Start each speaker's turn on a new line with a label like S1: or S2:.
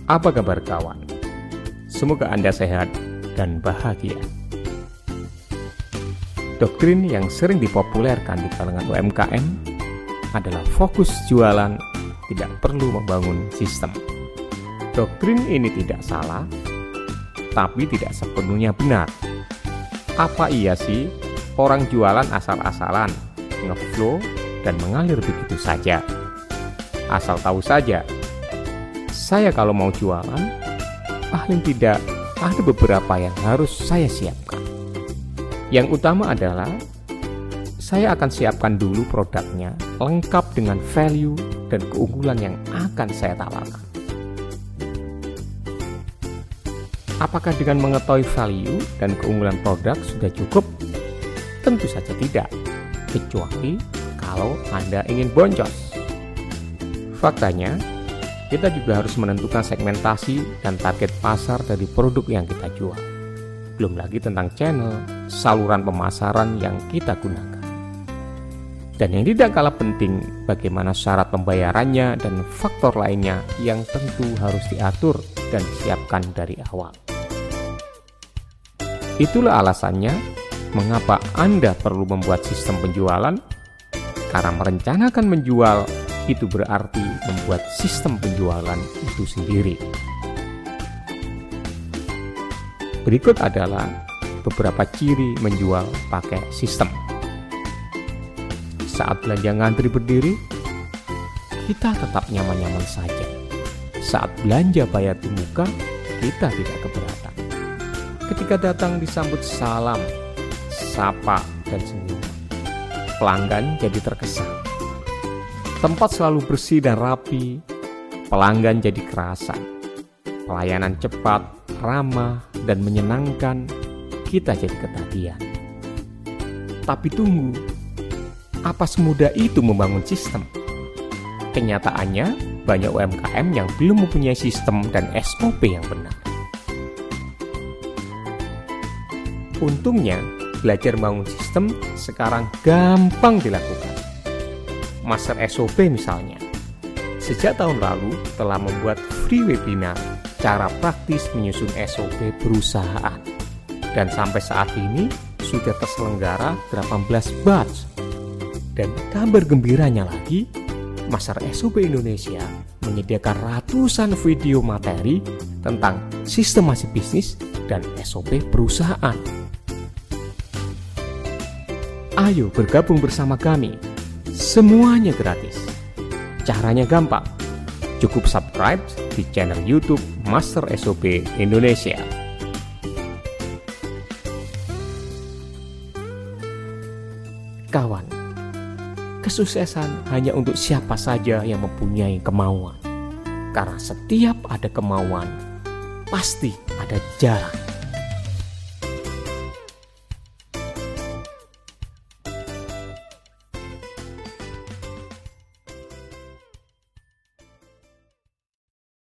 S1: Apa kabar kawan? Semoga Anda sehat dan bahagia. Doktrin yang sering dipopulerkan di kalangan UMKM adalah fokus jualan, tidak perlu membangun sistem. Doktrin ini tidak salah, tapi tidak sepenuhnya benar. Apa iya sih orang jualan asal-asalan, ngeflow dan mengalir begitu saja? Asal tahu saja, saya kalau mau jualan, paling tidak ada beberapa yang harus saya siapkan. Yang utama adalah saya akan siapkan dulu produknya lengkap dengan value dan keunggulan yang akan saya tawarkan. Apakah dengan mengetahui value dan keunggulan produk sudah cukup? Tentu saja tidak, kecuali kalau Anda ingin boncos. Faktanya, kita juga harus menentukan segmentasi dan target pasar dari produk yang kita jual. Belum lagi tentang channel, saluran pemasaran yang kita gunakan. Dan yang tidak kalah penting, bagaimana syarat pembayarannya dan faktor lainnya yang tentu harus diatur dan disiapkan dari awal. Itulah alasannya mengapa Anda perlu membuat sistem penjualan, karena merencanakan menjual itu berarti membuat sistem penjualan itu sendiri. Berikut adalah beberapa ciri menjual pakai sistem. Saat belanja ngantri berdiri, kita tetap nyaman-nyaman saja. Saat belanja bayar di muka, kita tidak keberatan. Ketika datang disambut salam, sapa, dan senyum, pelanggan jadi terkesan. Tempat selalu bersih dan rapi, pelanggan jadi kerasan. Pelayanan cepat, ramah, dan menyenangkan, kita jadi ketagihan. Tapi tunggu, apa semudah itu membangun sistem? Kenyataannya, banyak UMKM yang belum mempunyai sistem dan SOP yang benar. Untungnya, belajar membangun sistem sekarang gampang dilakukan. Master SOP misalnya, sejak tahun lalu telah membuat free webinar cara praktis menyusun SOP perusahaan. Dan sampai saat ini sudah terselenggara 18 batch. Dan kabar gembiranya lagi, Master SOP Indonesia menyediakan ratusan video materi tentang sistemasi bisnis dan SOP perusahaan. Ayo bergabung bersama kami. Semuanya gratis. Caranya gampang. Cukup subscribe di channel YouTube Master SOP Indonesia. Kawan, kesuksesan hanya untuk siapa saja yang mempunyai kemauan. Karena setiap ada kemauan, pasti ada jalan.